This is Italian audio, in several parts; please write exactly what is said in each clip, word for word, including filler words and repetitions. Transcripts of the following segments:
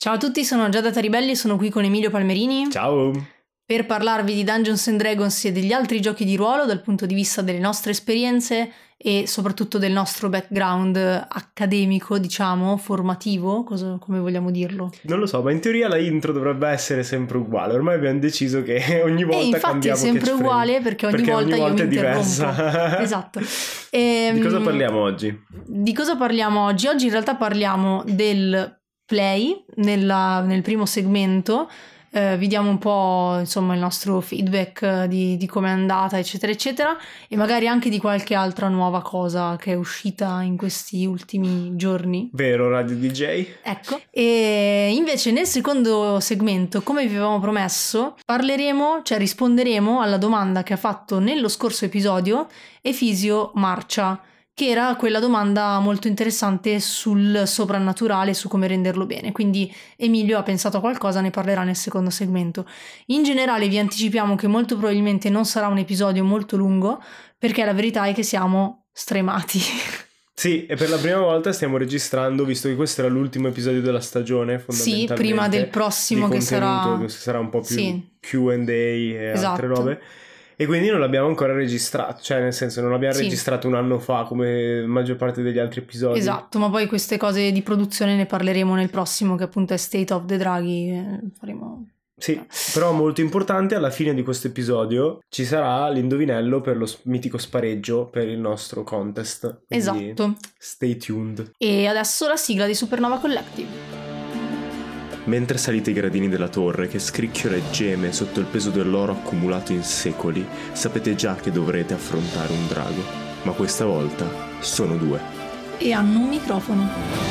Ciao a tutti, sono Giada Taribelli e sono qui con Emilio Palmerini. Ciao! Per parlarvi di Dungeons and Dragons e degli altri giochi di ruolo dal punto di vista delle nostre esperienze e soprattutto del nostro background accademico, diciamo, formativo, cosa, come vogliamo dirlo? Non lo so, ma in teoria la intro dovrebbe essere sempre uguale. Ormai abbiamo deciso che ogni volta e infatti cambiamo. È sempre uguale perché ogni perché volta ogni volta io mi è diversa. interrompo. Esatto. E, di cosa parliamo oggi? Di cosa parliamo oggi? Oggi in realtà parliamo del play nella, nel primo segmento. Eh, vi diamo un po' insomma il nostro feedback di, di come è andata eccetera eccetera e magari anche di qualche altra nuova cosa che è uscita in questi ultimi giorni. Vero, Radio D J? Ecco. E invece nel secondo segmento, come vi avevamo promesso, parleremo, cioè risponderemo alla domanda che ha fatto nello scorso episodio Efisio Marcia, che era quella domanda molto interessante sul soprannaturale, su come renderlo bene. Quindi Emilio ha pensato a qualcosa, ne parlerà nel secondo segmento. In generale vi anticipiamo che molto probabilmente non sarà un episodio molto lungo, perché la verità è che siamo stremati. Sì, e per la prima volta stiamo registrando, visto che questo era l'ultimo episodio della stagione, fondamentalmente. Sì, prima del prossimo che sarà... che sarà un po' più sì. Q and A e esatto. altre robe. E quindi non l'abbiamo ancora registrato, cioè nel senso non l'abbiamo sì. registrato un anno fa come la maggior parte degli altri episodi. Esatto, ma poi queste cose di produzione ne parleremo nel prossimo, che appunto è State of the Draghi. Faremo... Sì, però molto importante, alla fine di questo episodio ci sarà l'indovinello per lo mitico spareggio per il nostro contest. Quindi esatto. Stay tuned. E adesso la sigla di Supernova Collective. Mentre salite i gradini della torre che scricchiola e geme sotto il peso dell'oro accumulato in secoli, sapete già che dovrete affrontare un drago, ma questa volta sono due. E hanno un microfono.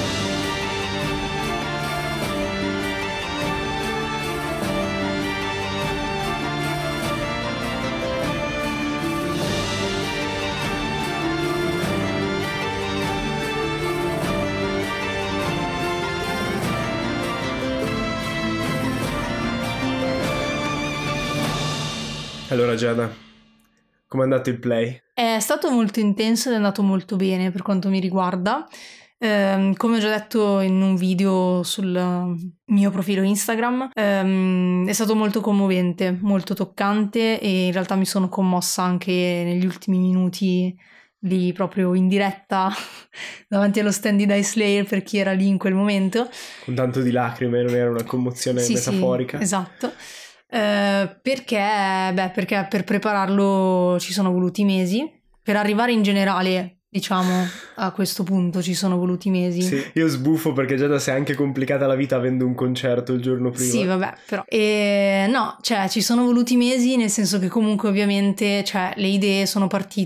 Allora Giada, com'è andato il play? È stato molto intenso ed è andato molto bene per quanto mi riguarda. Eh, come ho già detto in un video sul mio profilo Instagram, ehm, è stato molto commovente, molto toccante e in realtà mi sono commossa anche negli ultimi minuti lì proprio in diretta davanti allo stand di Dice Slayer per chi era lì in quel momento. Con tanto di lacrime, non era una commozione sì, metaforica? Sì, esatto. Uh, perché beh perché per prepararlo ci sono voluti mesi, per arrivare in generale diciamo a questo punto ci sono voluti mesi. Sì, io sbuffo perché già da si è anche complicata la vita avendo un concerto il giorno prima. Sì, vabbè, però e no, cioè ci sono voluti mesi nel senso che comunque ovviamente cioè le idee sono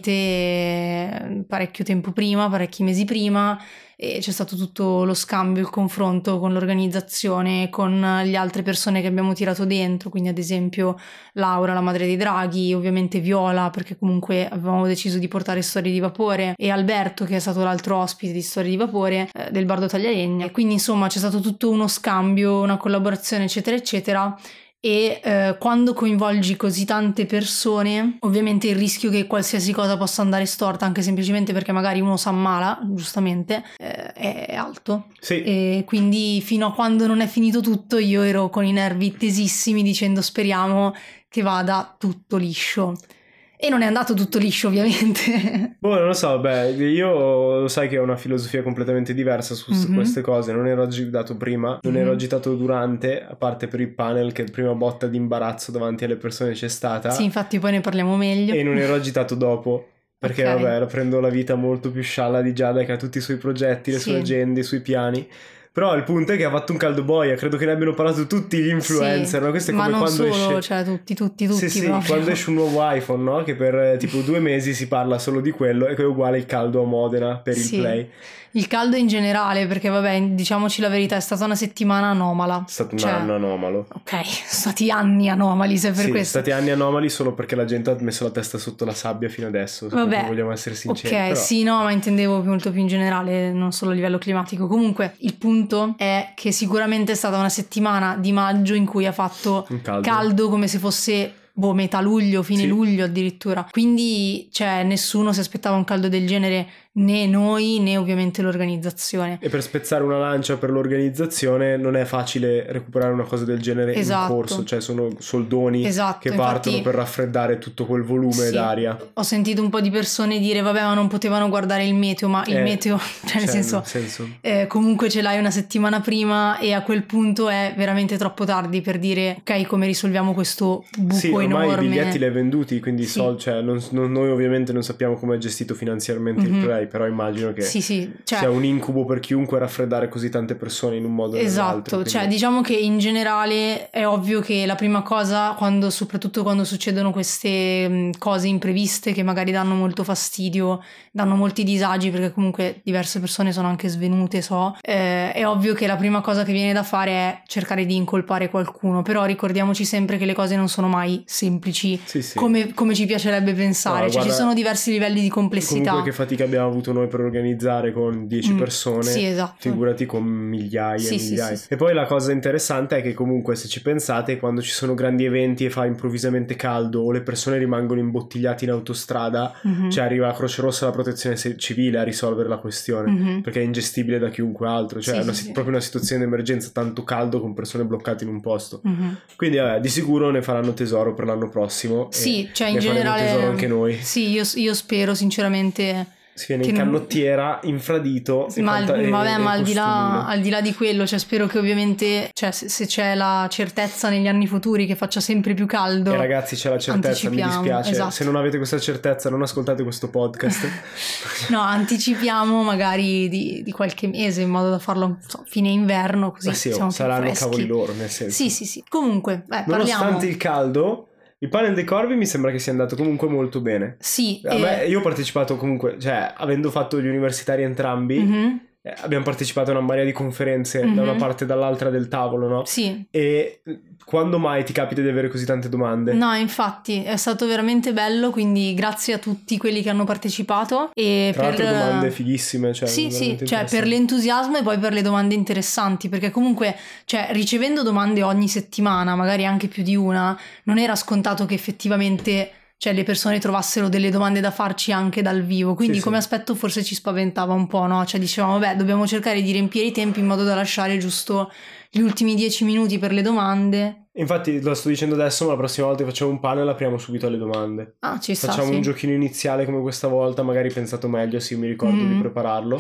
partite parecchio tempo prima, parecchi mesi prima, e c'è stato tutto lo scambio, il confronto con l'organizzazione, con le altre persone che abbiamo tirato dentro, quindi ad esempio Laura, la madre dei draghi, ovviamente Viola, perché comunque avevamo deciso di portare Storie di Vapore, e Alberto, che è stato l'altro ospite di Storie di Vapore, eh, del Bardo Taglialegna. E quindi insomma c'è stato tutto uno scambio, una collaborazione eccetera eccetera. E eh, quando coinvolgi così tante persone, ovviamente il rischio che qualsiasi cosa possa andare storta, anche semplicemente perché magari uno si ammala, giustamente, eh, è alto. Sì. E quindi fino a quando non è finito tutto io ero con i nervi tesissimi dicendo speriamo che vada tutto liscio. E non è andato tutto liscio, ovviamente. Boh, non lo so, beh, io lo sai che ho una filosofia completamente diversa su mm-hmm. queste cose. Non ero agitato prima, non mm-hmm. ero agitato durante, a parte per il panel, che prima botta di imbarazzo davanti alle persone c'è stata. Sì, infatti poi ne parliamo meglio. E non ero agitato dopo, perché okay. vabbè, la prendo la vita molto più scialla di Giada, che ha tutti i suoi progetti, le sì. sue agende, i suoi piani. Però il punto è che ha fatto un caldo boia, credo che ne abbiano parlato tutti gli influencer, sì, no? Questo è come ma non quando solo, esce... cioè tutti, tutti, tutti. Sì, sì, proprio. quando esce un nuovo iPhone, no? Che per tipo due mesi si parla solo di quello, e che è uguale il caldo a Modena per sì. il play. Il caldo in generale, perché vabbè, diciamoci la verità, è stata una settimana anomala. È stato un cioè, anno anomalo. Ok, sono stati anni anomali, se per sì, questo. Sì, stati anni anomali solo perché la gente ha messo la testa sotto la sabbia fino adesso, se vabbè, vogliamo essere sinceri. Ok, però... sì, no, ma intendevo molto più in generale, non solo a livello climatico. Comunque, il punto è che sicuramente è stata una settimana di maggio in cui ha fatto caldo. caldo come se fosse... boh, metà luglio, fine sì. luglio addirittura. Quindi, cioè, nessuno si aspettava un caldo del genere né noi né ovviamente l'organizzazione. E per spezzare una lancia per l'organizzazione, non è facile recuperare una cosa del genere esatto. in corso, cioè sono soldoni esatto. che partono Infatti, per raffreddare tutto quel volume sì. d'aria. Ho sentito un po' di persone dire vabbè, ma non potevano guardare il meteo, ma il eh, meteo cioè nel senso, nel senso. Eh, comunque ce l'hai una settimana prima e a quel punto è veramente troppo tardi per dire ok, come risolviamo questo buco sì, ormai enorme. I biglietti li hai venduti, quindi sì. so, cioè, non, non, noi ovviamente non sappiamo come è gestito finanziariamente mm-hmm. il play, però immagino che sì, sì. Cioè, sia un incubo per chiunque raffreddare così tante persone in un modo o esatto, nell'altro. Quindi... cioè diciamo che in generale è ovvio che la prima cosa, quando soprattutto quando succedono queste mh, cose impreviste che magari danno molto fastidio, danno molti disagi, perché comunque diverse persone sono anche svenute, so, eh, è ovvio che la prima cosa che viene da fare è cercare di incolpare qualcuno, però ricordiamoci sempre che le cose non sono mai semplici sì, sì. Come, come ci piacerebbe pensare, no, cioè guarda, ci sono diversi livelli di complessità. Comunque che fatica abbiamo avuto noi per organizzare con dieci mm, persone, sì, esatto. figurati con migliaia sì, e migliaia. Sì, sì, e poi la cosa interessante è che comunque se ci pensate, quando ci sono grandi eventi e fa improvvisamente caldo o le persone rimangono imbottigliate in autostrada, mm-hmm. cioè arriva la Croce Rossa e la protezione civile a risolvere la questione, mm-hmm. perché è ingestibile da chiunque altro, cioè sì, è una, sì, proprio una situazione di emergenza, tanto caldo con persone bloccate in un posto, mm-hmm. quindi vabbè, di sicuro ne faranno tesoro per l'anno prossimo. Sì, cioè in ne generale tesoro anche noi. Sì, io, io spero sinceramente si viene in canottiera, non... infradito sì, ma, fanta- vabbè, e, ma e al, di là, al di là di quello, cioè spero che ovviamente, cioè se, se c'è la certezza negli anni futuri che faccia sempre più caldo, e ragazzi c'è la certezza, mi dispiace, esatto. se non avete questa certezza non ascoltate questo podcast. No, anticipiamo magari di, di qualche mese in modo da farlo so, fine inverno, così ma sì, oh, saranno cavoli loro, nel senso. Sì sì sì, comunque eh, nonostante parliamo... il caldo il panel dei corvi mi sembra che sia andato comunque molto bene. Sì. A me, io ho partecipato comunque, cioè avendo fatto gli universitari entrambi, mm-hmm. eh, abbiamo partecipato a una marea di conferenze mm-hmm. da una parte e dall'altra del tavolo, no? Sì. E quando mai ti capita di avere così tante domande? No, infatti è stato veramente bello, quindi grazie a tutti quelli che hanno partecipato e tra per l'altro domande fighissime, cioè sì sì, cioè per l'entusiasmo e poi per le domande interessanti, perché comunque cioè ricevendo domande ogni settimana, magari anche più di una, non era scontato che effettivamente cioè le persone trovassero delle domande da farci anche dal vivo, quindi sì, come sì. aspetto forse ci spaventava un po', no? Cioè dicevamo vabbè, dobbiamo cercare di riempire i tempi in modo da lasciare giusto gli ultimi dieci minuti per le domande. Infatti lo sto dicendo adesso, ma la prossima volta che facciamo un panel apriamo subito alle domande. Ah, ci sta, facciamo sì. un giochino iniziale come questa volta, magari pensato meglio, sì, mi ricordo mm. di prepararlo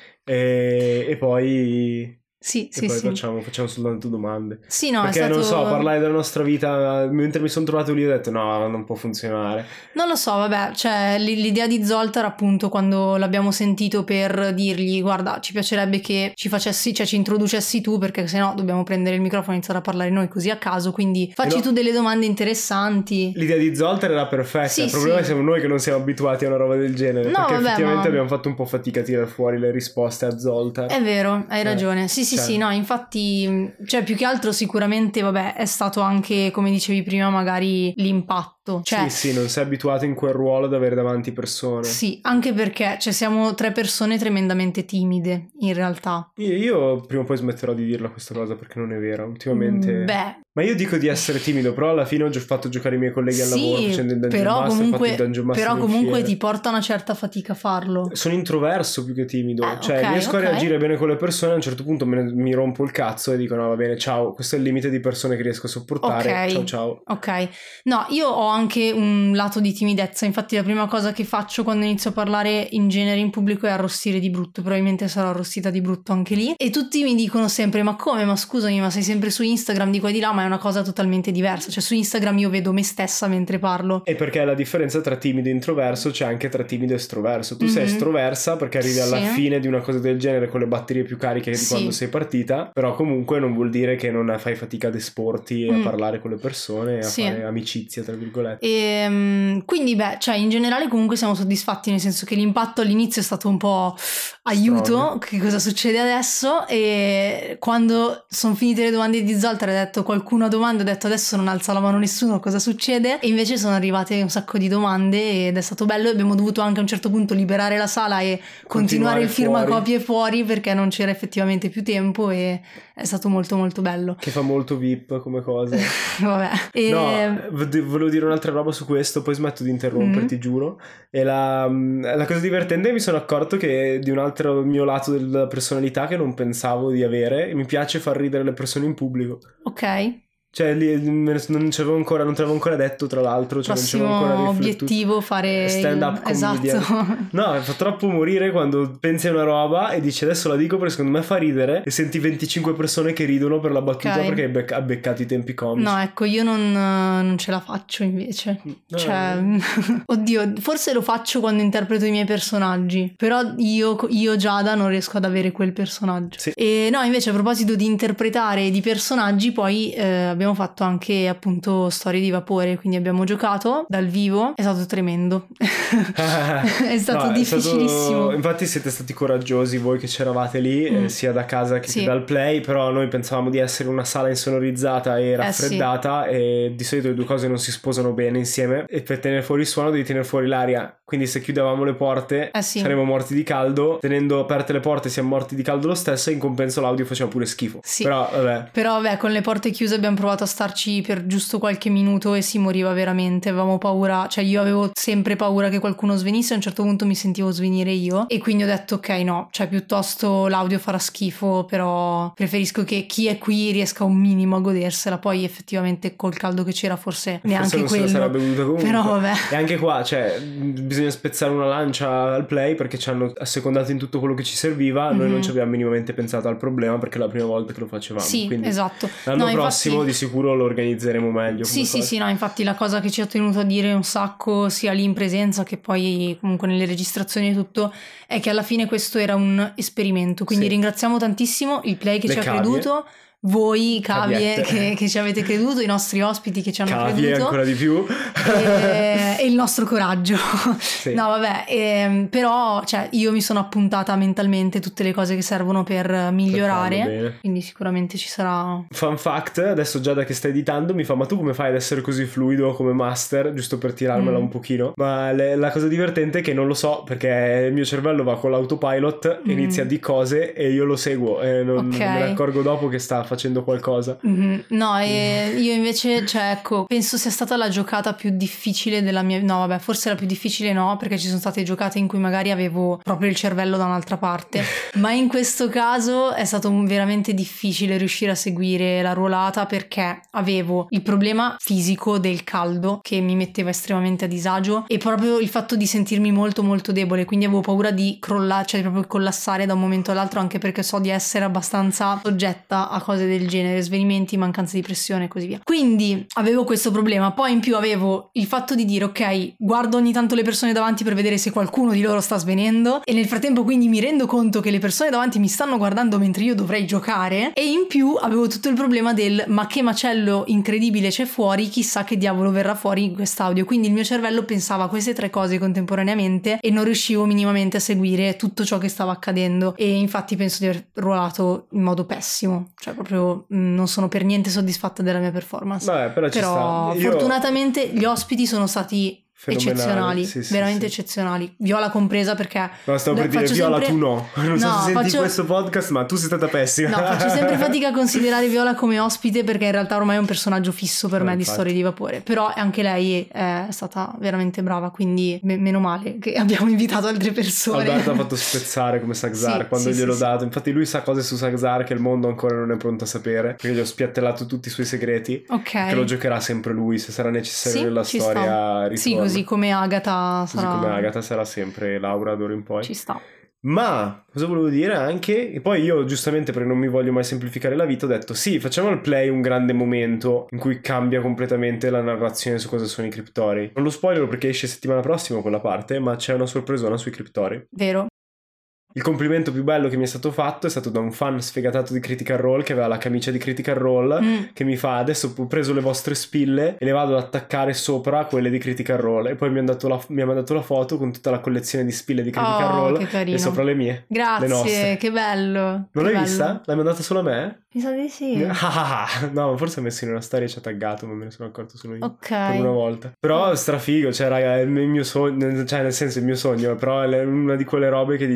e, e poi sì, e sì, poi sì. Facciamo, facciamo soltanto domande. Sì, no, perché è stato... non so, parlare della nostra vita mentre mi sono trovato lì ho detto no, non può funzionare. Non lo so, vabbè, cioè l'idea di Zoltar appunto quando l'abbiamo sentito per dirgli guarda ci piacerebbe che ci facessi, cioè ci introducessi tu, perché sennò dobbiamo prendere il microfono e iniziare a parlare noi così a caso, quindi facci no, tu delle domande interessanti. L'idea di Zoltar era perfetta, sì, il problema sì. è siamo noi che non siamo abituati a una roba del genere, no, perché vabbè, effettivamente ma... abbiamo fatto un po' fatica a tirare fuori le risposte a Zoltar. È vero, hai ragione, eh, sì sì cioè... sì, no, infatti cioè più che altro sicuramente vabbè è stato anche come dicevi prima magari l'impatto, cioè sì sì non sei abituato in quel ruolo ad avere davanti persone, sì anche perché cioè siamo tre persone tremendamente timide in realtà. Io, io prima o poi smetterò di dirla questa cosa perché non è vera ultimamente. Beh, ma io dico di essere timido, però alla fine ho già fatto giocare i miei colleghi al sì, lavoro facendo il Dungeon però Master, comunque, il Dungeon Master però comunque fiere. ti porta una certa fatica a farlo. Sono introverso più che timido, eh, cioè okay, riesco okay. a reagire bene con le persone, a un certo punto me ne, mi rompo il cazzo e dico no va bene ciao, questo è il limite di persone che riesco a sopportare, okay. ciao ciao. Ok, no, io ho anche un lato di timidezza, infatti la prima cosa che faccio quando inizio a parlare in genere in pubblico è arrostire di brutto, probabilmente sarò arrostita di brutto anche lì, e tutti mi dicono sempre ma come, ma scusami, ma sei sempre su Instagram di qua e di là, ma è una cosa totalmente diversa, cioè su Instagram io vedo me stessa mentre parlo. E perché la differenza tra timido e introverso c'è anche tra timido e estroverso, tu mm-hmm. sei estroversa perché arrivi alla sì. fine di una cosa del genere con le batterie più cariche di sì. quando sei partita, però comunque non vuol dire che non fai fatica ad esporti e mm. a parlare con le persone e a sì. fare amicizia tra virgolette. E um, quindi beh, cioè in generale comunque siamo soddisfatti, nel senso che l'impatto all'inizio è stato un po' aiuto, Strong. Che cosa succede adesso, e quando sono finite le domande di Zoltar ha detto qualcuno ha domande, ho detto adesso non alza la mano nessuno, cosa succede? E invece sono arrivate un sacco di domande ed è stato bello, e abbiamo dovuto anche a un certo punto liberare la sala e continuare, continuare il firmacopie fuori perché non c'era effettivamente più tempo, e è stato molto molto bello. Che fa molto V I P come cosa. Vabbè. E... No, volevo dire un'altra roba su questo, poi smetto di interromperti, mm. giuro. E la, la cosa divertente, mi sono accorto che di un altro mio lato della personalità che non pensavo di avere, mi piace far ridere le persone in pubblico. Ok. Cioè lì non c'avevo ancora, non te l'avevo ancora detto, tra l'altro, cioè prossimo non c'avevo ancora obiettivo fare stand up il... comedian. Esatto. No, fa troppo morire quando pensi a una roba e dici adesso la dico perché secondo me fa ridere, e senti venticinque persone che ridono per la battuta, okay, perché hai, bec- hai beccato i tempi comici. No, ecco, io non, non ce la faccio invece. No, cioè no. Oddio, forse lo faccio quando interpreto i miei personaggi, però io, io Giada non riesco ad avere quel personaggio. Sì. E no, invece a proposito di interpretare di personaggi, poi eh, abbiamo fatto anche appunto Storie di Vapore, quindi abbiamo giocato dal vivo, è stato tremendo. È stato no, difficilissimo. È stato... Infatti siete stati coraggiosi voi che c'eravate lì, mm. eh, sia da casa che, sì. che dal play, però noi pensavamo di essere una sala insonorizzata e raffreddata, eh, sì. e di solito le due cose non si sposano bene insieme, e per tenere fuori il suono devi tenere fuori l'aria, quindi se chiudevamo le porte eh, sì. saremmo morti di caldo, tenendo aperte le porte siamo morti di caldo lo stesso, e in compenso l'audio faceva pure schifo. Sì. Però vabbè. Però vabbè, con le porte chiuse abbiamo provato a starci per giusto qualche minuto e si moriva veramente, avevamo paura, cioè io avevo sempre paura che qualcuno svenisse, a un certo punto mi sentivo svenire io, e quindi ho detto ok, no, cioè piuttosto l'audio farà schifo, però preferisco che chi è qui riesca un minimo a godersela. Poi effettivamente col caldo che c'era forse neanche forse quello, se la sarebbe voluta comunque. Però vabbè. E anche qua cioè bisogna spezzare una lancia al play perché ci hanno assecondato in tutto quello che ci serviva, mm-hmm. noi non ci abbiamo minimamente pensato al problema perché è la prima volta che lo facevamo, sì, quindi esatto. l'anno no, prossimo infatti... di sicuro lo organizzeremo meglio. Sì, sì, cosa. sì, no, infatti la cosa che ci ho tenuto a dire un sacco sia lì in presenza che poi comunque nelle registrazioni e tutto è che alla fine questo era un esperimento, quindi sì. ringraziamo tantissimo il play che Le ci cavie. ha creduto, voi cavie che, che ci avete creduto, i nostri ospiti che ci hanno cavie creduto ancora di più e, e il nostro coraggio, sì. no vabbè e, però cioè io mi sono appuntata mentalmente tutte le cose che servono per migliorare, per quindi sicuramente ci sarà. Fun fact, adesso Giada che sta editando mi fa ma tu come fai ad essere così fluido come master, giusto per tirarmela mm. un pochino, ma le, la cosa divertente è che non lo so perché il mio cervello va con l'autopilot, mm. inizia di cose e io lo seguo e non, okay. non me ne accorgo dopo che sta facendo qualcosa. Mm-hmm. No, e io invece, cioè, ecco, penso sia stata la giocata più difficile della mia... No, vabbè, forse la più difficile no, perché ci sono state giocate in cui magari avevo proprio il cervello da un'altra parte, ma in questo caso è stato veramente difficile riuscire a seguire la ruolata perché avevo il problema fisico del caldo che mi metteva estremamente a disagio e proprio il fatto di sentirmi molto molto debole, quindi avevo paura di crollare, cioè proprio collassare da un momento all'altro, anche perché so di essere abbastanza soggetta a cose del genere, svenimenti, mancanza di pressione e così via. Quindi avevo questo problema, poi in più avevo il fatto di dire ok, guardo ogni tanto le persone davanti per vedere se qualcuno di loro sta svenendo e nel frattempo quindi mi rendo conto che le persone davanti mi stanno guardando mentre io dovrei giocare, e in più avevo tutto il problema del ma che macello incredibile c'è fuori, chissà che diavolo verrà fuori in quest'audio, quindi il mio cervello pensava a queste tre cose contemporaneamente e non riuscivo minimamente a seguire tutto ciò che stava accadendo, e infatti penso di aver ruolato in modo pessimo, cioè proprio non sono per niente soddisfatta della mia performance. Vabbè, però ci però sta. Io... fortunatamente gli ospiti sono stati eccezionali, sì, sì, veramente sì. eccezionali, Viola compresa, perché no, stavo per dire Viola sempre... tu no non no, so se senti faccio... questo podcast, ma tu sei stata pessima. No, faccio sempre fatica a considerare Viola come ospite perché in realtà ormai è un personaggio fisso per no, me infatti. Di Storie di Vapore, però anche lei è stata veramente brava, quindi me- meno male che abbiamo invitato altre persone. Alberto ha fatto spezzare come Saxar sì, quando sì, gliel'ho sì, dato sì. Infatti lui sa cose su Saxar che il mondo ancora non è pronto a sapere, perché gli ho spiattellato tutti i suoi segreti, okay. che lo giocherà sempre lui se sarà necessario sì, nella storia ritorno. Sì, così come Agatha così sarà... come Agatha sarà sempre Laura d'ora in poi. Ci sta. Ma cosa volevo dire anche, e poi io giustamente perché non mi voglio mai semplificare la vita ho detto sì, facciamo al play un grande momento in cui cambia completamente la narrazione su cosa sono i criptori. Non lo spoiler perché esce settimana prossima quella parte, ma c'è una sorpresona sui criptori. Vero. Il complimento più bello che mi è stato fatto è stato da un fan sfegatato di Critical Role che aveva la camicia di Critical Role, mm. che mi fa adesso ho preso le vostre spille e le vado ad attaccare sopra quelle di Critical Role, e poi mi ha mandato la, mi ha mandato la foto con tutta la collezione di spille di Critical oh, Role e sopra le mie. Grazie, le nostre. Che bello. Non che l'hai bello. vista? L'hai mandata solo a me? Mi sa di sì. No, forse ha messo in una storia e ci ha taggato, ma me ne sono accorto solo io. Ok. Per una volta. Però è strafigo, cioè raga, è il mio sogno, cioè nel senso il mio sogno, però è una di quelle robe che dici ok,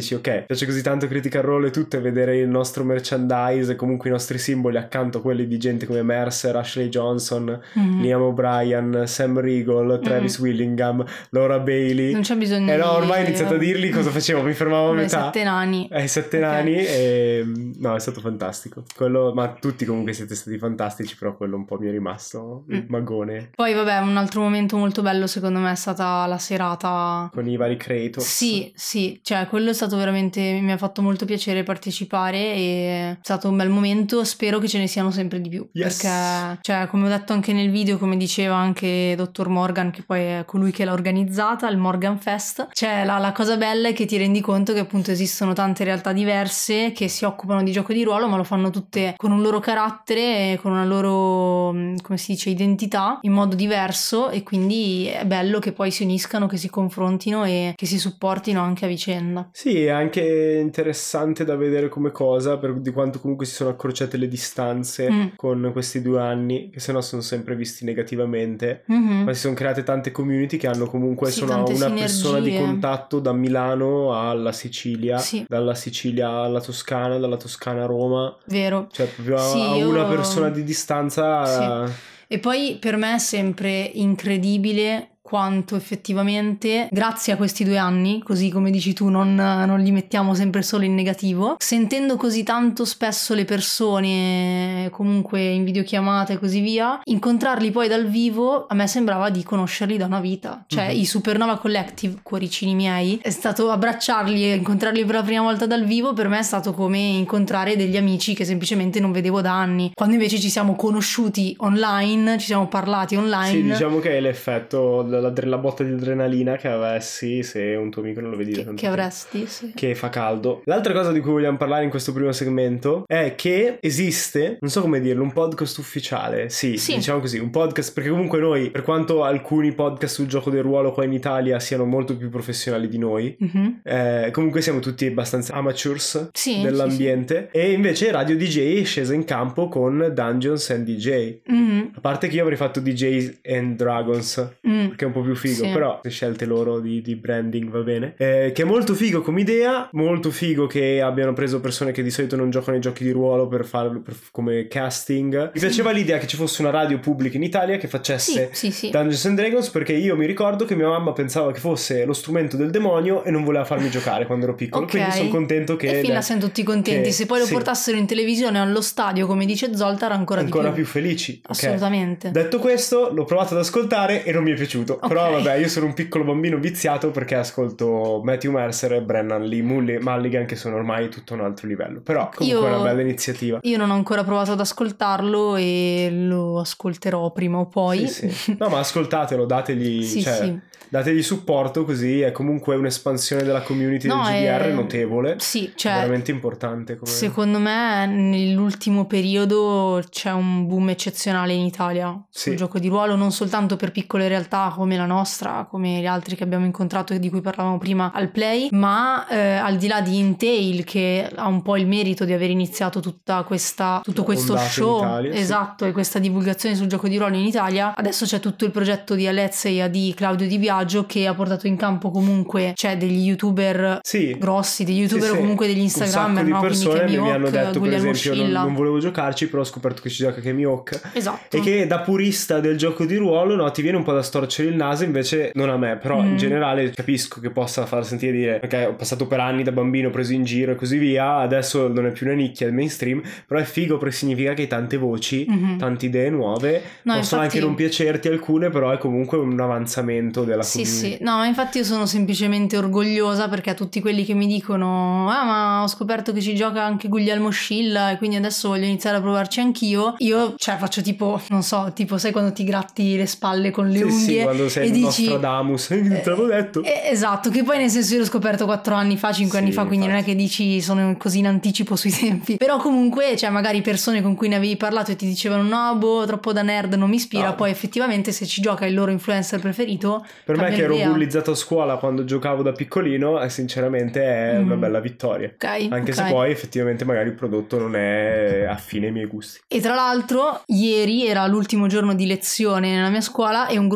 piace così tanto Critical Role e tutto, e vedere il nostro merchandise e comunque i nostri simboli accanto a quelli di gente come Mercer, Ashley Johnson, mm-hmm. Liam O'Brien, Sam Riegel, Travis mm-hmm. Willingham, Laura Bailey. Non c'è bisogno eh di... no, ormai ho iniziato a dirli, cosa facevo? Mi fermavo a metà. Ai sette nani. Ai sette okay. nani e... No, è stato fantastico. Quello... Ma tutti comunque siete stati fantastici, però quello un po' mi è rimasto il mm. magone. Poi vabbè, un altro momento molto bello secondo me è stata la serata... Con i vari creators. Sì, sì, cioè quello è stato veramente... Mi ha fatto molto piacere partecipare e è stato un bel momento, spero che ce ne siano sempre di più. Yes. Perché, cioè, come ho detto anche nel video, come diceva anche dottor Morgan, che poi è colui che l'ha organizzata, il Morgan Fest, cioè la, la cosa bella è che ti rendi conto che appunto esistono tante realtà diverse che si occupano di gioco di ruolo, ma lo fanno tutte con un loro carattere, con una loro, come si dice, identità, in modo diverso, e quindi è bello che poi si uniscano, che si confrontino e che si supportino anche a vicenda. Sì, è anche interessante da vedere come cosa, per di quanto comunque si sono accorciate le distanze mm. con questi due anni, che sennò sono sempre visti negativamente, mm-hmm. ma si sono create tante community che hanno comunque sì, sono una sinergie. Persona di contatto da Milano alla Sicilia, sì. dalla Sicilia alla Toscana, dalla Toscana a Roma. Vero. Cioè proprio sì, a io... una persona di distanza. Sì. E poi per me è sempre incredibile quanto effettivamente, grazie a questi due anni, così come dici tu, non, non li mettiamo sempre solo in negativo, sentendo così tanto spesso le persone, comunque in videochiamate e così via, incontrarli poi dal vivo, a me sembrava di conoscerli da una vita. Cioè mm-hmm. i Supernova Collective, cuoricini miei, è stato abbracciarli e incontrarli per la prima volta dal vivo, per me è stato come incontrare degli amici che semplicemente non vedevo da anni, quando invece ci siamo conosciuti online, ci siamo parlati online. Sì, diciamo che è l'effetto La, la botta di adrenalina che avessi se un tuo amico non lo vedi che, che avresti sì. che fa caldo. L'altra cosa di cui vogliamo parlare in questo primo segmento è che esiste, non so come dirlo, un podcast ufficiale, sì, sì. diciamo così, un podcast, perché comunque noi, per quanto alcuni podcast sul gioco del ruolo qua in Italia siano molto più professionali di noi, mm-hmm. eh, comunque siamo tutti abbastanza amateurs sì, dell'ambiente sì, sì. E invece Radio D J è scesa in campo con Dungeons and D J, mm-hmm. a parte che io avrei fatto D J and Dragons mm. perché è un po' più figo, sì. però le scelte loro di, di branding va bene, eh, che è molto figo come idea, molto figo che abbiano preso persone che di solito non giocano ai giochi di ruolo per farlo per, come casting. Mi sì. piaceva l'idea che ci fosse una radio pubblica in Italia che facesse sì, sì, sì. Dungeons and Dragons, perché io mi ricordo che mia mamma pensava che fosse lo strumento del demonio e non voleva farmi giocare quando ero piccolo, okay. quindi sono contento che... E fin là siamo tutti contenti, che, se poi lo sì. portassero in televisione o allo stadio come dice Zoltar ancora, ancora di più. più felici. Assolutamente. Okay. Detto questo, l'ho provato ad ascoltare e non mi è piaciuto, okay. però vabbè, io sono un piccolo bambino viziato perché ascolto Matthew Mercer e Brennan Lee Mulligan, che sono ormai tutto un altro livello, però comunque io, è una bella iniziativa. Io non ho ancora provato ad ascoltarlo e lo ascolterò prima o poi. Sì, sì. No, ma ascoltatelo, dategli, sì, cioè, sì. dategli supporto, così è comunque un'espansione della community no, del G D R è... notevole, sì, cioè, veramente importante. Come... Secondo me nell'ultimo periodo c'è un boom eccezionale in Italia sul sì. gioco di ruolo, non soltanto per piccole realtà come la nostra, come gli altri che abbiamo incontrato e di cui parlavamo prima al Play, ma eh, al di là di Intail, che ha un po' il merito di aver iniziato tutta questa tutto questo show Italia, esatto sì. e questa divulgazione sul gioco di ruolo in Italia, adesso c'è tutto il progetto di Alexei e di Claudio Di Biagio che ha portato in campo comunque c'è degli youtuber sì. grossi, degli youtuber sì, o comunque degli instagrammer, un no? Quindi Kemi mi hanno detto Guglielmo per esempio non, Scilla. non volevo giocarci, però ho scoperto che ci gioca Kemi Hawk, esatto. e che da purista del gioco di ruolo no ti viene un po' da storcere il naso, invece non a me, però mm. in generale capisco che possa far sentire dire, perché ho passato per anni da bambino preso in giro e così via, adesso non è più una nicchia, è il mainstream, però è figo perché significa che hai tante voci, mm-hmm. tante idee nuove, no, possono infatti... anche non piacerti alcune, però è comunque un avanzamento della sì, community. Sì, no, ma infatti io sono semplicemente orgogliosa perché a tutti quelli che mi dicono ah ma ho scoperto che ci gioca anche Guglielmo Scilla e quindi adesso voglio iniziare a provarci anch'io, io cioè faccio tipo, non so, tipo sai quando ti gratti le spalle con le sì, unghie sì, quando sei e il dici Nostradamus, eh, te l'avevo detto. Eh, esatto, che poi nel senso io l'ho scoperto quattro anni fa, cinque sì, anni fa, quindi infatti. Non è che dici sono così in anticipo sui tempi, però comunque cioè magari persone con cui ne avevi parlato e ti dicevano no boh troppo da nerd non mi ispira, no. Poi effettivamente se ci gioca il loro influencer preferito, per me che ero idea. bullizzato a scuola quando giocavo da piccolino eh, sinceramente è mm. una bella vittoria, okay, anche okay. se poi effettivamente magari il prodotto non è affine ai miei gusti. E tra l'altro ieri era l'ultimo giorno di lezione nella mia scuola e un gruppetto di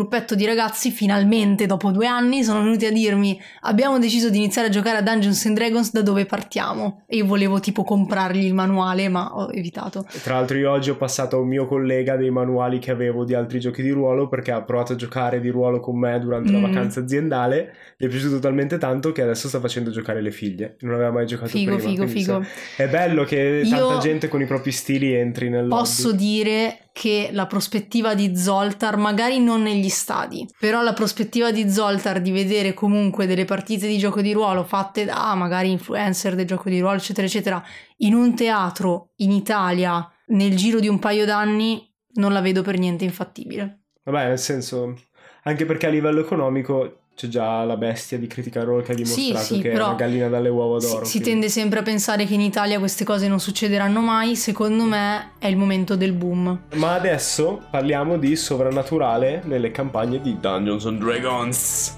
ragazzi finalmente dopo due anni sono venuti a dirmi abbiamo deciso di iniziare a giocare a Dungeons and Dragons, da dove partiamo? E io volevo tipo comprargli il manuale, ma ho evitato. Tra l'altro io oggi ho passato a un mio collega dei manuali che avevo di altri giochi di ruolo, perché ha provato a giocare di ruolo con me durante mm. la vacanza aziendale, gli è piaciuto talmente tanto che adesso sta facendo giocare le figlie, non aveva mai giocato figo, prima. Figo, figo, figo. È bello che tanta io gente con i propri stili entri nel posso lobby. dire che la prospettiva di Zoltar, magari non negli stadi, però la prospettiva di Zoltar di vedere comunque delle partite di gioco di ruolo fatte da magari influencer del gioco di ruolo eccetera eccetera in un teatro in Italia nel giro di un paio d'anni non la vedo per niente infattibile. Vabbè, nel senso, anche perché a livello economico c'è già la bestia di Critical Role che ha dimostrato sì, sì, che è una gallina dalle uova d'oro. Si, si tende sempre a pensare che in Italia queste cose non succederanno mai. Secondo me è il momento del boom. Ma adesso parliamo di sovrannaturale nelle campagne di Dungeons and Dragons.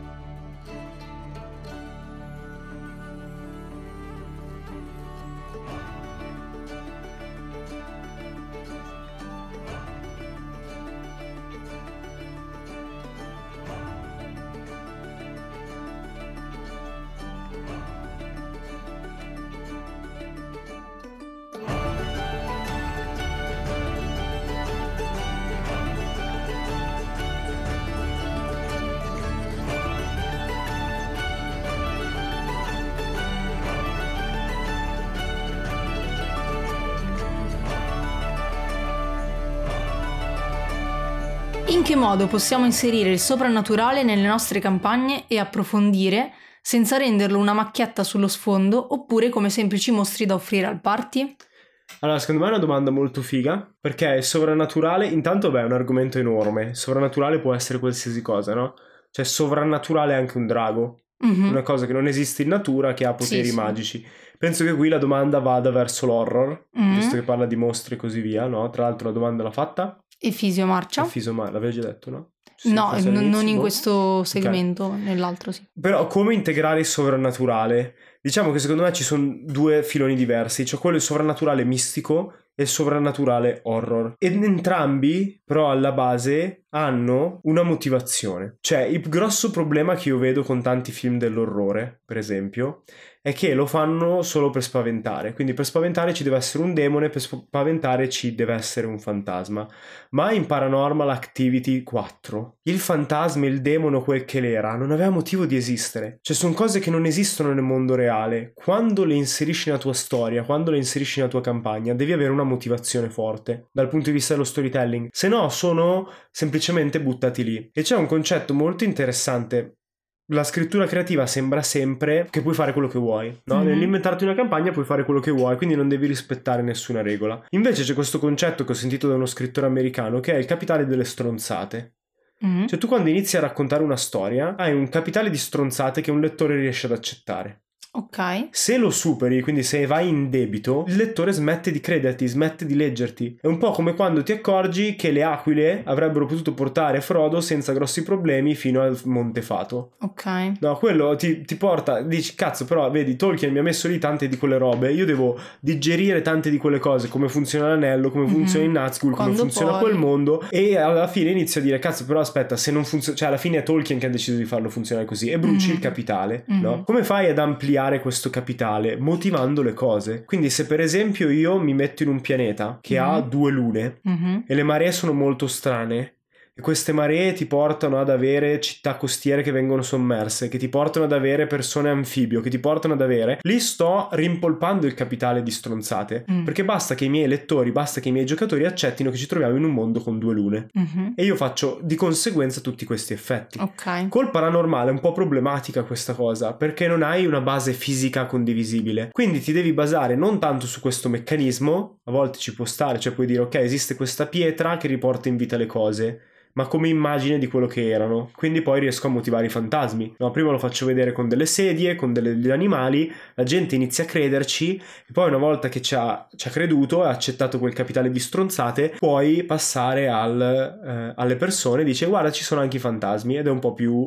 In che modo possiamo inserire il soprannaturale nelle nostre campagne e approfondire senza renderlo una macchietta sullo sfondo oppure come semplici mostri da offrire al party? Allora, secondo me è una domanda molto figa, perché il sovrannaturale, intanto beh, è un argomento enorme. Il sovrannaturale può essere qualsiasi cosa, no? Cioè sovrannaturale è anche un drago, mm-hmm. una cosa che non esiste in natura, che ha poteri sì, magici. Sì. Penso che qui la domanda vada verso l'horror, mm-hmm. visto che parla di mostri e così via, no? Tra l'altro la domanda l'ha fatta Efisio Marcia. Efisio Marcia, l'avevo già detto, no? Sì, no, n- non in questo segmento, okay. Nell'altro sì. Però come integrare il sovrannaturale? Diciamo che secondo me ci sono due filoni diversi, cioè quello il sovrannaturale mistico e il sovrannaturale horror. Ed entrambi, però alla base, hanno una motivazione. Cioè, il grosso problema che io vedo con tanti film dell'orrore, per esempio, è che lo fanno solo per spaventare. Quindi per spaventare ci deve essere un demone, per spaventare ci deve essere un fantasma. Ma in Paranormal Activity quattro il fantasma, il demone, quel che l'era, non aveva motivo di esistere. Cioè sono cose che non esistono nel mondo reale. Quando le inserisci nella tua storia, quando le inserisci nella tua campagna, devi avere una motivazione forte dal punto di vista dello storytelling. Se no sono semplicemente buttati lì. E c'è un concetto molto interessante. La scrittura creativa sembra sempre che puoi fare quello che vuoi, no? Mm-hmm. Nell'inventarti una campagna puoi fare quello che vuoi, quindi non devi rispettare nessuna regola. Invece c'è questo concetto che ho sentito da uno scrittore americano che è il capitale delle stronzate. Mm-hmm. Cioè tu quando inizi a raccontare una storia hai un capitale di stronzate che un lettore riesce ad accettare. Ok. Se lo superi, quindi se vai in debito, il lettore smette di crederti, smette di leggerti. È un po' come quando ti accorgi che le aquile avrebbero potuto portare Frodo senza grossi problemi fino al Monte Fato. Ok. No, quello ti, ti porta, dici cazzo, però vedi Tolkien mi ha messo lì tante di quelle robe, io devo digerire tante di quelle cose, come funziona l'anello, come mm-hmm. funziona il Nazgûl, come funziona poi... quel mondo, e alla fine inizio a dire cazzo, però aspetta, se non funziona, cioè alla fine è Tolkien che ha deciso di farlo funzionare così e bruci mm-hmm. il capitale, mm-hmm. no? Come fai ad ampliare questo capitale? Motivando le cose. Quindi se per esempio io mi metto in un pianeta che mm-hmm. ha due lune mm-hmm. e le maree sono molto strane e queste maree ti portano ad avere città costiere che vengono sommerse, che ti portano ad avere persone anfibio, che ti portano ad avere, lì sto rimpolpando il capitale di stronzate mm. perché basta che i miei lettori, basta che i miei giocatori accettino che ci troviamo in un mondo con due lune mm-hmm. e io faccio di conseguenza tutti questi effetti. Okay. Col paranormale è un po' problematica questa cosa perché non hai una base fisica condivisibile, quindi ti devi basare non tanto su questo meccanismo, a volte ci può stare, cioè puoi dire ok, esiste questa pietra che riporta in vita le cose, ma come immagine di quello che erano, quindi poi riesco a motivare i fantasmi, no? Prima lo faccio vedere con delle sedie, con delle, degli animali, la gente inizia a crederci e poi una volta che ci ha, ci ha creduto e ha accettato quel capitale di stronzate puoi passare al, eh, alle persone e dice guarda ci sono anche i fantasmi ed è un po' più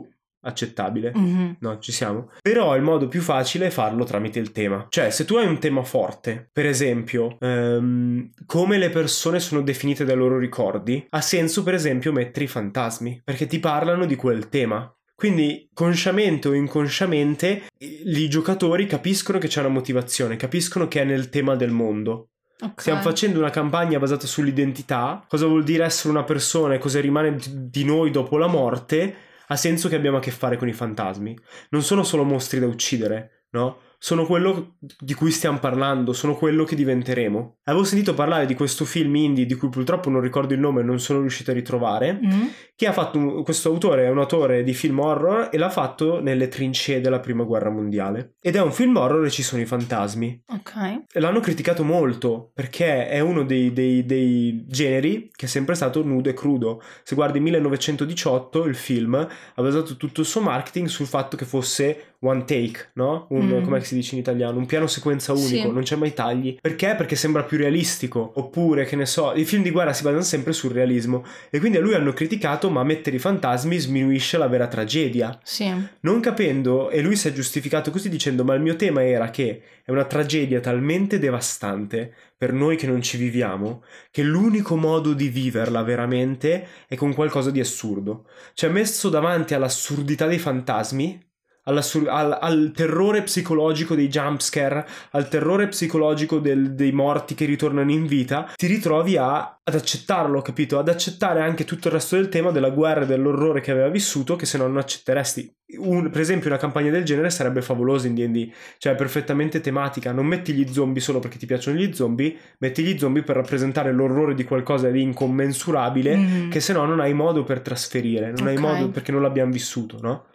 accettabile, mm-hmm. no, ci siamo. Però il modo più facile è farlo tramite il tema. Cioè, se tu hai un tema forte, per esempio um, come le persone sono definite dai loro ricordi, ha senso per esempio mettere i fantasmi, perché ti parlano di quel tema. Quindi consciamente o inconsciamente i giocatori capiscono che c'è una motivazione, capiscono che è nel tema del mondo. Okay. Stiamo facendo una campagna basata sull'identità, cosa vuol dire essere una persona e cosa rimane di noi dopo la morte. Ha senso che abbiamo a che fare con i fantasmi. Non sono solo mostri da uccidere, no? Sono quello di cui stiamo parlando, sono quello che diventeremo. Avevo sentito parlare di questo film indie di cui purtroppo non ricordo il nome e non sono riuscito a ritrovare, mm. che ha fatto un, questo autore è un autore di film horror e l'ha fatto nelle trincee della prima guerra mondiale. Ed è un film horror e ci sono i fantasmi. Ok. E l'hanno criticato molto perché è uno dei, dei, dei generi che è sempre stato nudo e crudo. Se guardi millenovecentodiciotto, il film ha basato tutto il suo marketing sul fatto che fosse one take, no? Un, mm. come si dice in italiano? Un piano sequenza unico, sì. Non c'è mai tagli. Perché? Perché sembra più realistico. Oppure, che ne so, i film di guerra si basano sempre sul realismo. E quindi a lui hanno criticato, ma mettere i fantasmi sminuisce la vera tragedia. Sì. Non capendo, e lui si è giustificato così dicendo, ma il mio tema era che è una tragedia talmente devastante per noi che non ci viviamo, che l'unico modo di viverla veramente è con qualcosa di assurdo. Cioè, messo davanti all'assurdità dei fantasmi, Al, al terrore psicologico dei jumpscare, al terrore psicologico del, dei morti che ritornano in vita, ti ritrovi a, ad accettarlo, capito? Ad accettare anche tutto il resto del tema della guerra e dell'orrore che aveva vissuto, che se no non accetteresti. Un, per esempio una campagna del genere sarebbe favolosa in D and D, cioè è perfettamente tematica. Non metti gli zombie solo perché ti piacciono gli zombie, metti gli zombie per rappresentare l'orrore di qualcosa di incommensurabile, mm. che se no non hai modo per trasferire, non okay. hai modo perché non l'abbiamo vissuto, no?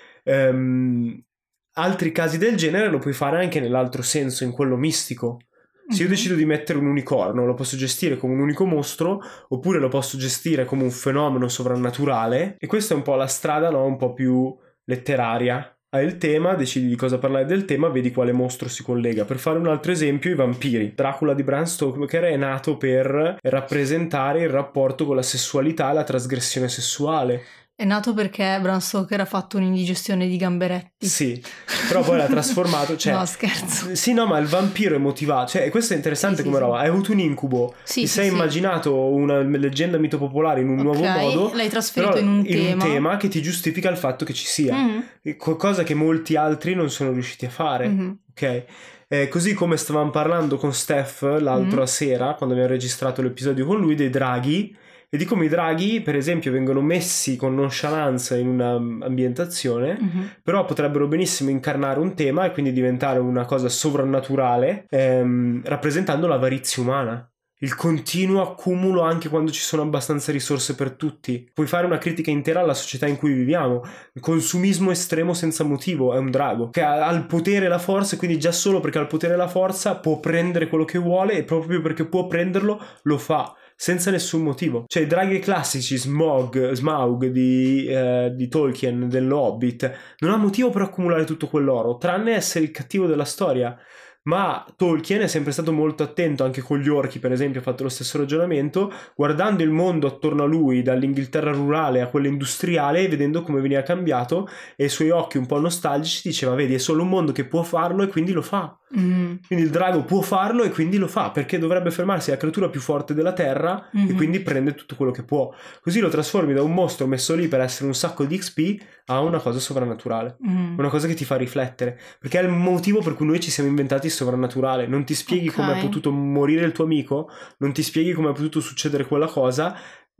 Um, altri casi del genere lo puoi fare anche nell'altro senso, in quello mistico. Se io mm-hmm. decido di mettere un unicorno, lo posso gestire come un unico mostro, oppure lo posso gestire come un fenomeno sovrannaturale, e questa è un po' la strada, no? Un po' più letteraria. Hai il tema, decidi di cosa parlare del tema, vedi quale mostro si collega. Per fare un altro esempio, i vampiri. Dracula di Bram Stoker è nato per rappresentare il rapporto con la sessualità e la trasgressione sessuale. È nato perché Bram Stoker ha fatto un'indigestione di gamberetti. Sì, però poi l'ha trasformato, cioè... No, scherzo. Sì, no, ma il vampiro è motivato, cioè questo è interessante sì, come sì, roba. Sì. Hai avuto un incubo, sì, ti sì, sei sì. immaginato una leggenda mitopopolare in un okay, nuovo modo, l'hai trasferito in un in tema. un tema che ti giustifica il fatto che ci sia, mm. cosa che molti altri non sono riusciti a fare, mm-hmm. ok? Eh, così come stavamo parlando con Steph l'altra mm. sera, quando abbiamo registrato l'episodio con lui, dei draghi, e di come i draghi, per esempio, vengono messi con nonchalance in una ambientazione, mm-hmm. però potrebbero benissimo incarnare un tema e quindi diventare una cosa sovrannaturale, ehm, rappresentando l'avarizia umana. Il continuo accumulo anche quando ci sono abbastanza risorse per tutti. Puoi fare una critica intera alla società in cui viviamo. Il consumismo estremo senza motivo è un drago che ha il potere e la forza, e quindi già solo perché ha il potere e la forza può prendere quello che vuole, e proprio perché può prenderlo lo fa senza nessun motivo. Cioè i draghi classici, Smog, Smaug di, eh, di Tolkien, dello Hobbit, non ha motivo per accumulare tutto quell'oro, tranne essere il cattivo della storia. Ma Tolkien è sempre stato molto attento, anche con gli orchi per esempio ha fatto lo stesso ragionamento, guardando il mondo attorno a lui dall'Inghilterra rurale a quella industriale, vedendo come veniva cambiato, e i suoi occhi un po' nostalgici diceva: vedi, è solo un mondo che può farlo e quindi lo fa. Mm. Quindi il drago può farlo e quindi lo fa, perché dovrebbe fermarsi la creatura più forte della terra, mm-hmm. e quindi prende tutto quello che può. Così lo trasformi da un mostro messo lì per essere un sacco di X P a una cosa sovrannaturale, mm. una cosa che ti fa riflettere, perché è il motivo per cui noi ci siamo inventati il sovrannaturale. Non ti spieghi okay. come è potuto morire il tuo amico, non ti spieghi come è potuto succedere quella cosa,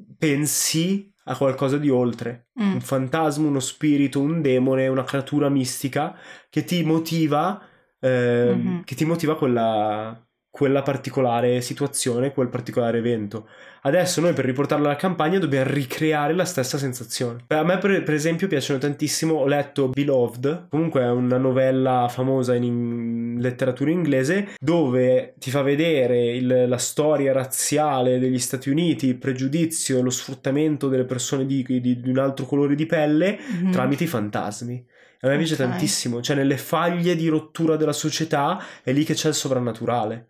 pensi a qualcosa di oltre, mm. un fantasma, uno spirito, un demone, una creatura mistica che ti motiva eh, mm-hmm. che ti motiva quella, quella particolare situazione, quel particolare evento. Adesso noi per riportarlo alla campagna dobbiamo ricreare la stessa sensazione. A me per, per esempio piacciono tantissimo, ho letto Beloved, comunque è una novella famosa in, in letteratura inglese, dove ti fa vedere il, la storia razziale degli Stati Uniti, il pregiudizio, lo sfruttamento delle persone di, di, di un altro colore di pelle, mm-hmm. tramite i fantasmi. A me piace okay. tantissimo, cioè nelle faglie di rottura della società è lì che c'è il sovrannaturale.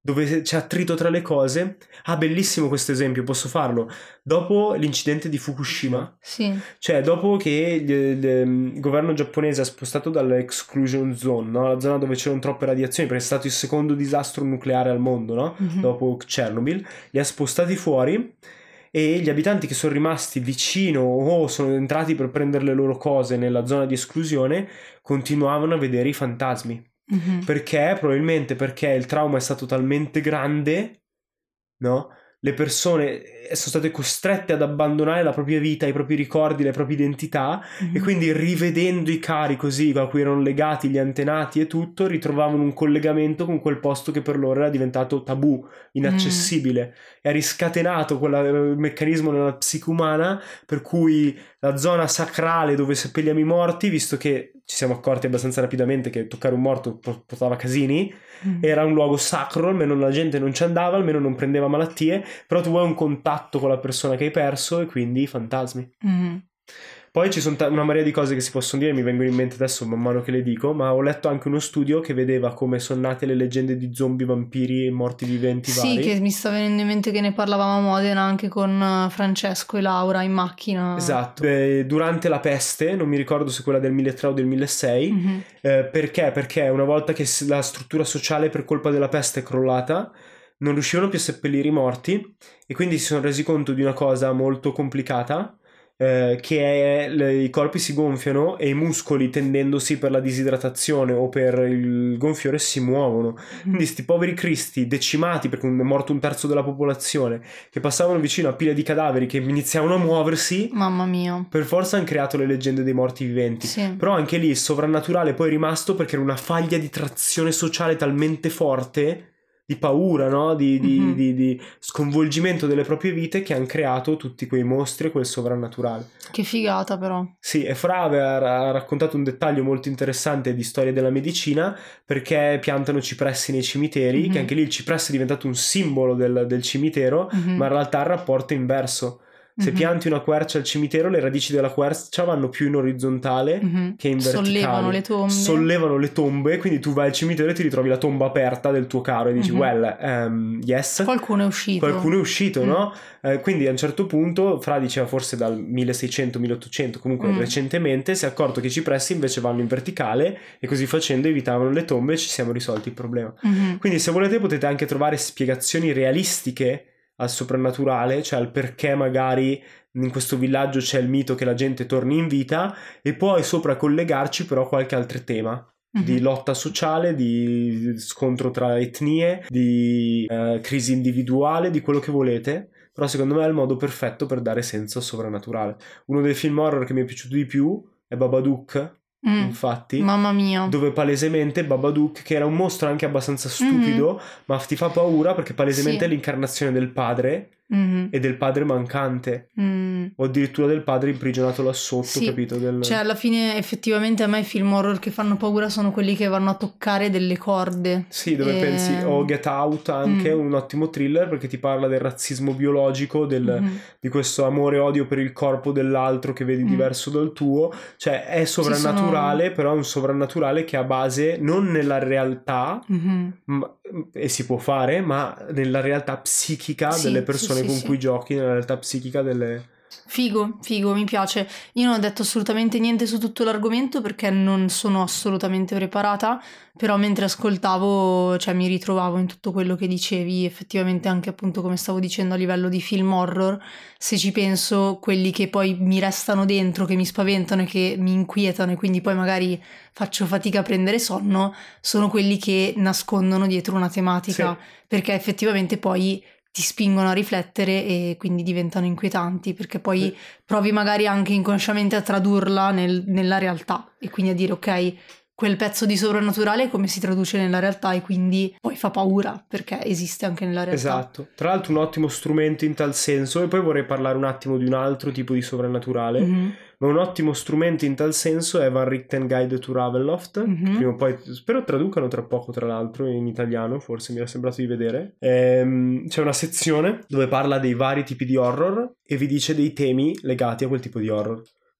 dove c'è attrito tra le cose. Ah, bellissimo questo esempio, posso farlo. Dopo l'incidente di Fukushima, sì. Cioè dopo che il, il, il governo giapponese ha spostato dall'exclusion zone, no? La zona dove c'erano troppe radiazioni, perché è stato il secondo disastro nucleare al mondo, no? Mm-hmm. Dopo Chernobyl, li ha spostati fuori, e gli abitanti che sono rimasti vicino o sono entrati per prendere le loro cose nella zona di esclusione continuavano a vedere i fantasmi. Mm-hmm. Perché? Probabilmente perché il trauma è stato talmente grande, no? Le persone sono state costrette ad abbandonare la propria vita, i propri ricordi, le proprie identità, mm-hmm. e quindi rivedendo i cari così a cui erano legati gli antenati e tutto, ritrovavano un collegamento con quel posto che per loro era diventato tabù, inaccessibile. Mm. E ha riscatenato quel meccanismo nella psiche umana per cui la zona sacrale dove seppelliamo i morti, visto che ci siamo accorti abbastanza rapidamente che toccare un morto portava casini, mm. era un luogo sacro, almeno la gente non ci andava, almeno non prendeva malattie, però tu vuoi un contatto con la persona che hai perso e quindi fantasmi. Mm. Poi ci sono t- una marea di cose che si possono dire, mi vengono in mente adesso man mano che le dico, ma ho letto anche uno studio che vedeva come sono nate le leggende di zombie, vampiri e morti viventi sì, vari. Sì, che mi sta venendo in mente che ne parlavamo a Modena anche con Francesco e Laura in macchina. Esatto, eh, durante la peste, non mi ricordo se quella del milletrecento o del milleseicento, mm-hmm. eh, perché? Perché una volta che la struttura sociale per colpa della peste è crollata, non riuscivano più a seppellire i morti e quindi si sono resi conto di una cosa molto complicata, eh, che è le, i corpi si gonfiano e i muscoli, tendendosi per la disidratazione o per il gonfiore, si muovono. Mm. Quindi sti poveri cristi decimati, perché è morto un terzo della popolazione, che passavano vicino a pile di cadaveri che iniziavano a muoversi, mamma mia, per forza hanno creato le leggende dei morti viventi. Sì. Però anche lì il sovrannaturale poi è rimasto perché era una faglia di trazione sociale talmente forte, di paura, no? Di, di, mm-hmm. di, di sconvolgimento delle proprie vite, che hanno creato tutti quei mostri e quel sovrannaturale. Che figata però. Sì, e Fra ha raccontato un dettaglio molto interessante di storia della medicina, perché piantano cipressi nei cimiteri, mm-hmm. che anche lì il cipresso è diventato un simbolo del, del cimitero, mm-hmm. ma in realtà il rapporto è inverso. Se mm-hmm. pianti una quercia al cimitero, le radici della quercia vanno più in orizzontale mm-hmm. che in verticale. Sollevano le tombe. Sollevano le tombe, quindi tu vai al cimitero e ti ritrovi la tomba aperta del tuo caro e dici, mm-hmm. well, um, yes. Qualcuno è uscito. Qualcuno è uscito, mm. no? Eh, quindi a un certo punto, Fra diceva forse dal milleseicento milleottocento, comunque mm. recentemente, si è accorto che i cipressi invece vanno in verticale e così facendo evitavano le tombe e ci siamo risolti il problema. Mm-hmm. Quindi se volete potete anche trovare spiegazioni realistiche al soprannaturale, cioè al perché magari in questo villaggio c'è il mito che la gente torni in vita, e poi sopra collegarci però qualche altro tema mm-hmm. di lotta sociale, di scontro tra etnie, di eh, crisi individuale, di quello che volete, però secondo me è il modo perfetto per dare senso al soprannaturale. Uno dei film horror che mi è piaciuto di più è Babadook. Mm, infatti, mamma mia, dove palesemente Babadook, che era un mostro anche abbastanza stupido, mm-hmm. ma ti fa paura perché palesemente sì. è l'incarnazione del padre mm-hmm. e del padre mancante mm. o addirittura del padre imprigionato là sotto, sì. capito? Del... Cioè alla fine effettivamente a me i film horror che fanno paura sono quelli che vanno a toccare delle corde. Sì, dove e... pensi, o Get Out anche, mm. un ottimo thriller perché ti parla del razzismo biologico, del, mm-hmm. di questo amore e odio per il corpo dell'altro che vedi mm. diverso dal tuo, cioè è sovrannaturale, sono... però è un sovrannaturale che ha base non nella realtà mm-hmm. ma, e si può fare, ma nella realtà psichica sì, delle persone sì, sì, con sì. cui giochi, nella realtà psichica delle... Figo, figo, mi piace. Io non ho detto assolutamente niente su tutto l'argomento perché non sono assolutamente preparata, però mentre ascoltavo, cioè mi ritrovavo in tutto quello che dicevi, effettivamente anche appunto come stavo dicendo a livello di film horror, se ci penso, quelli che poi mi restano dentro, che mi spaventano e che mi inquietano e quindi poi magari faccio fatica a prendere sonno, sono quelli che nascondono dietro una tematica, sì. perché effettivamente poi ti spingono a riflettere e quindi diventano inquietanti, perché poi sì. provi magari anche inconsciamente a tradurla nel, nella realtà e quindi a dire ok, quel pezzo di sovrannaturale come si traduce nella realtà e quindi poi fa paura perché esiste anche nella realtà. Esatto, tra l'altro un ottimo strumento in tal senso, e poi vorrei parlare un attimo di un altro tipo di sovrannaturale, mm-hmm. ma un ottimo strumento in tal senso è Van Richten Guide to Ravenloft, mm-hmm. prima o poi spero traducano tra poco tra l'altro in italiano, forse mi era sembrato di vedere. Ehm, c'è una sezione dove parla dei vari tipi di horror e vi dice dei temi legati a quel tipo di horror.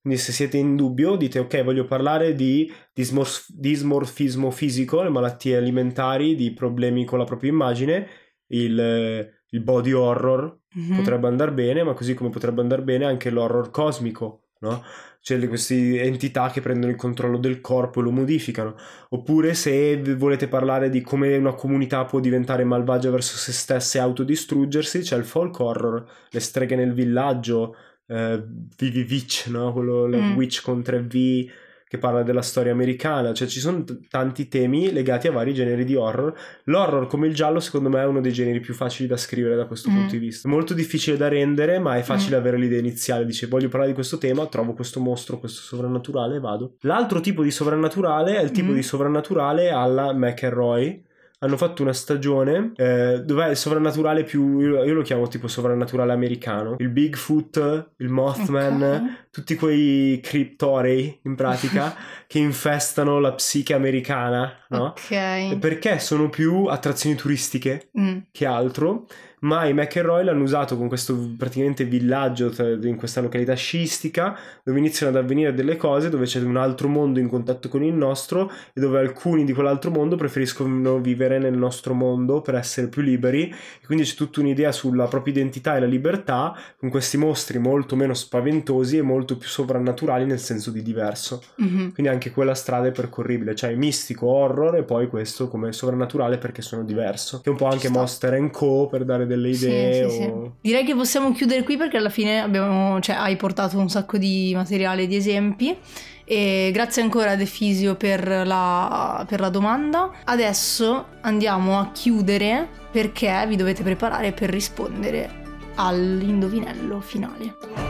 Quindi se siete in dubbio dite ok, voglio parlare di dismorf- dismorfismo fisico, le malattie alimentari, di problemi con la propria immagine, il, il body horror mm-hmm. potrebbe andare bene, ma così come potrebbe andare bene anche l'horror cosmico, no? Cioè queste entità che prendono il controllo del corpo e lo modificano. Oppure se volete parlare di come una comunità può diventare malvagia verso se stessa e autodistruggersi, c'è il folk horror, le streghe nel villaggio, Uh, Vivi Witch, no? Quello mm. Witch con tre V, che parla della storia americana. Cioè ci sono t- tanti temi legati a vari generi di horror. L'horror, come il giallo, secondo me è uno dei generi più facili da scrivere da questo mm. punto di vista. Molto difficile da rendere, ma è facile mm. avere l'idea iniziale. Dice voglio parlare di questo tema, trovo questo mostro, questo sovrannaturale e vado. L'altro tipo di sovrannaturale è il tipo mm. di sovrannaturale alla McElroy. Hanno fatto una stagione eh, dove è il sovrannaturale più, io, io lo chiamo tipo sovrannaturale americano, il Bigfoot, il Mothman, okay. tutti quei criptorei in pratica che infestano la psiche americana, no? Ok. Perché sono più attrazioni turistiche mm. che altro. Ma i McElroy l'hanno usato con questo praticamente villaggio in questa località sciistica dove iniziano ad avvenire delle cose, dove c'è un altro mondo in contatto con il nostro e dove alcuni di quell'altro mondo preferiscono vivere nel nostro mondo per essere più liberi, e quindi c'è tutta un'idea sulla propria identità e la libertà con questi mostri molto meno spaventosi e molto più sovrannaturali nel senso di diverso. Mm-hmm. Quindi anche quella strada è percorribile, cioè mistico, horror e poi questo come sovrannaturale perché sono diverso, che è un po' anche Monster and Co per dare delle idee. Sì, sì, o... sì. Direi che possiamo chiudere qui perché alla fine abbiamo, cioè, hai portato un sacco di materiale, di esempi, e grazie ancora ad Efisio per la, per la domanda. Adesso andiamo a chiudere perché vi dovete preparare per rispondere all'indovinello finale.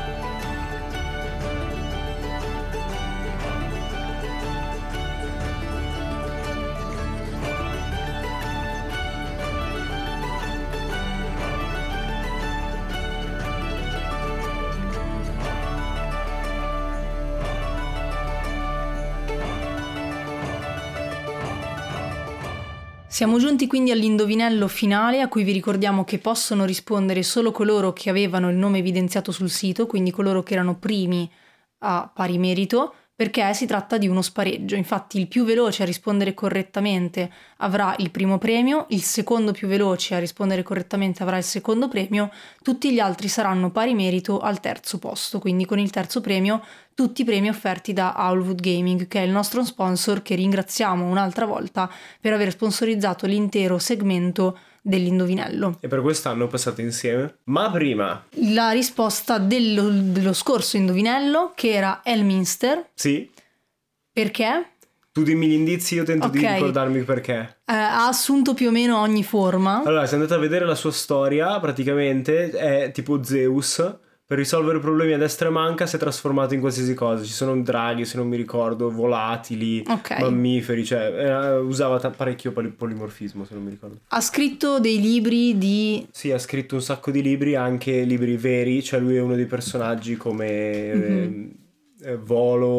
Siamo giunti quindi all'indovinello finale, a cui vi ricordiamo che possono rispondere solo coloro che avevano il nome evidenziato sul sito, quindi coloro che erano primi a pari merito, perché si tratta di uno spareggio. Infatti il più veloce a rispondere correttamente avrà il primo premio, il secondo più veloce a rispondere correttamente avrà il secondo premio, tutti gli altri saranno pari merito al terzo posto, quindi con il terzo premio tutti i premi offerti da Owlwood Gaming, che è il nostro sponsor, che ringraziamo un'altra volta per aver sponsorizzato l'intero segmento dell'indovinello. E per quest'anno passate insieme. Ma prima la risposta dello, dello scorso indovinello, che era Elminster. Sì. Perché? Tu dimmi gli indizi, io tento okay. di ricordarmi perché. Eh, ha assunto più o meno ogni forma. Allora, se andate a vedere la sua storia, praticamente è tipo Zeus. Per risolvere problemi a destra e manca si è trasformato in qualsiasi cosa. Ci sono draghi, se non mi ricordo, volatili, okay. mammiferi, cioè eh, usava t- parecchio pol- polimorfismo, se non mi ricordo. Ha scritto dei libri di... Sì, ha scritto un sacco di libri, anche libri veri, cioè lui è uno dei personaggi come mm-hmm. eh, Volo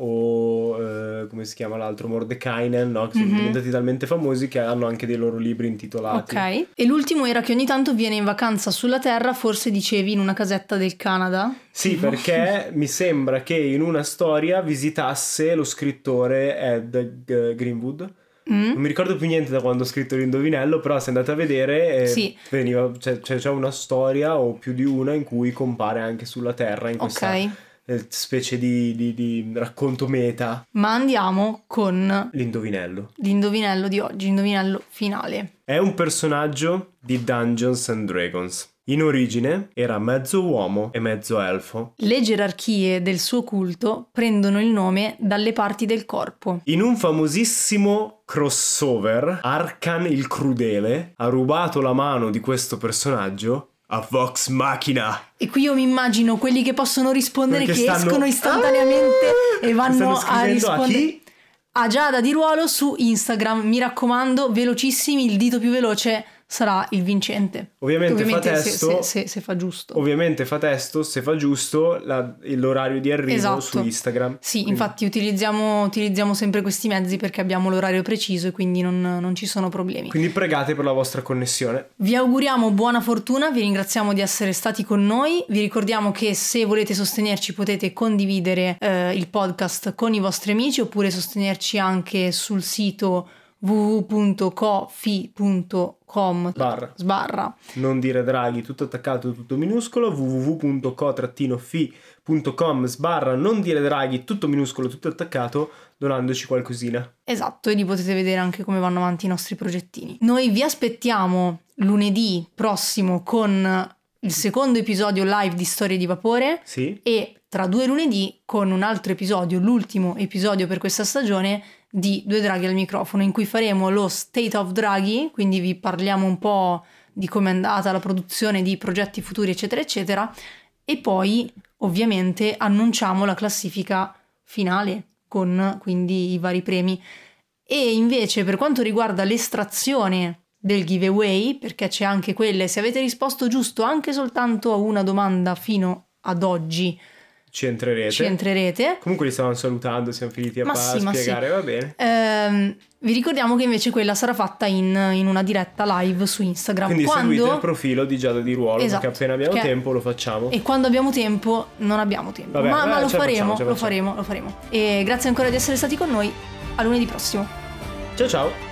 o eh, come si chiama l'altro, Mordekainen, no? Che sono mm-hmm. diventati talmente famosi che hanno anche dei loro libri intitolati. Ok. E l'ultimo era che ogni tanto viene in vacanza sulla Terra, forse dicevi in una casetta del Canada? Sì, perché mi sembra che in una storia visitasse lo scrittore Ed Greenwood. Mm. Non mi ricordo più niente da quando ho scritto l'indovinello, però se andate a vedere eh, sì. veniva, cioè, c'è una storia o più di una in cui compare anche sulla Terra in questa okay. specie di, di, di racconto meta. Ma andiamo con l'indovinello. L'indovinello di oggi, l'indovinello finale. È un personaggio di Dungeons and Dragons. In origine era mezzo uomo e mezzo elfo. Le gerarchie del suo culto prendono il nome dalle parti del corpo. In un famosissimo crossover, Arkan il Crudele ha rubato la mano di questo personaggio a Vox Machina. E qui io mi immagino quelli che possono rispondere, perché che stanno... escono istantaneamente ah! e vanno a rispondere. A chi? A Giada Di Ruolo su Instagram. Mi raccomando, velocissimi, il dito più veloce sarà il vincente. Ovviamente, ovviamente fa testo, se, se, se, se fa giusto. Ovviamente fa testo, se fa giusto, la, l'orario di arrivo esatto. su Instagram. Sì, quindi... infatti utilizziamo, utilizziamo sempre questi mezzi perché abbiamo l'orario preciso e quindi non, non ci sono problemi. Quindi pregate per la vostra connessione. Vi auguriamo buona fortuna, vi ringraziamo di essere stati con noi, vi ricordiamo che se volete sostenerci potete condividere eh, il podcast con i vostri amici oppure sostenerci anche sul sito w w w punto cofi punto com sbarra. sbarra non dire Draghi, tutto attaccato, tutto minuscolo, w w w punto co fi punto com sbarra non dire Draghi, tutto minuscolo, tutto attaccato, donandoci qualcosina. Esatto, e lì potete vedere anche come vanno avanti i nostri progettini. Noi vi aspettiamo lunedì prossimo con il secondo episodio live di Storie di Vapore. Sì. E tra due lunedì con un altro episodio, l'ultimo episodio per questa stagione di Due Draghi al microfono, in cui faremo lo State of Draghi, quindi vi parliamo un po' di come è andata la produzione di progetti futuri eccetera eccetera, e poi ovviamente annunciamo la classifica finale con quindi i vari premi. E invece per quanto riguarda l'estrazione del giveaway, perché c'è anche quelle, se avete risposto giusto anche soltanto a una domanda fino ad oggi ci entrerete. Ci entrerete. Comunque li stavano salutando, siamo finiti a ma pa- sì, spiegare, sì. va bene. Ehm, vi ricordiamo che invece quella sarà fatta in, in una diretta live su Instagram. Quindi quando... seguite il profilo di Giada Di Ruolo, esatto, perché appena abbiamo perché... tempo lo facciamo. E quando abbiamo tempo non abbiamo tempo. Vabbè, ma, beh, ma lo, faremo, facciamo, lo faremo, lo faremo. E grazie ancora di essere stati con noi. A lunedì prossimo. Ciao ciao.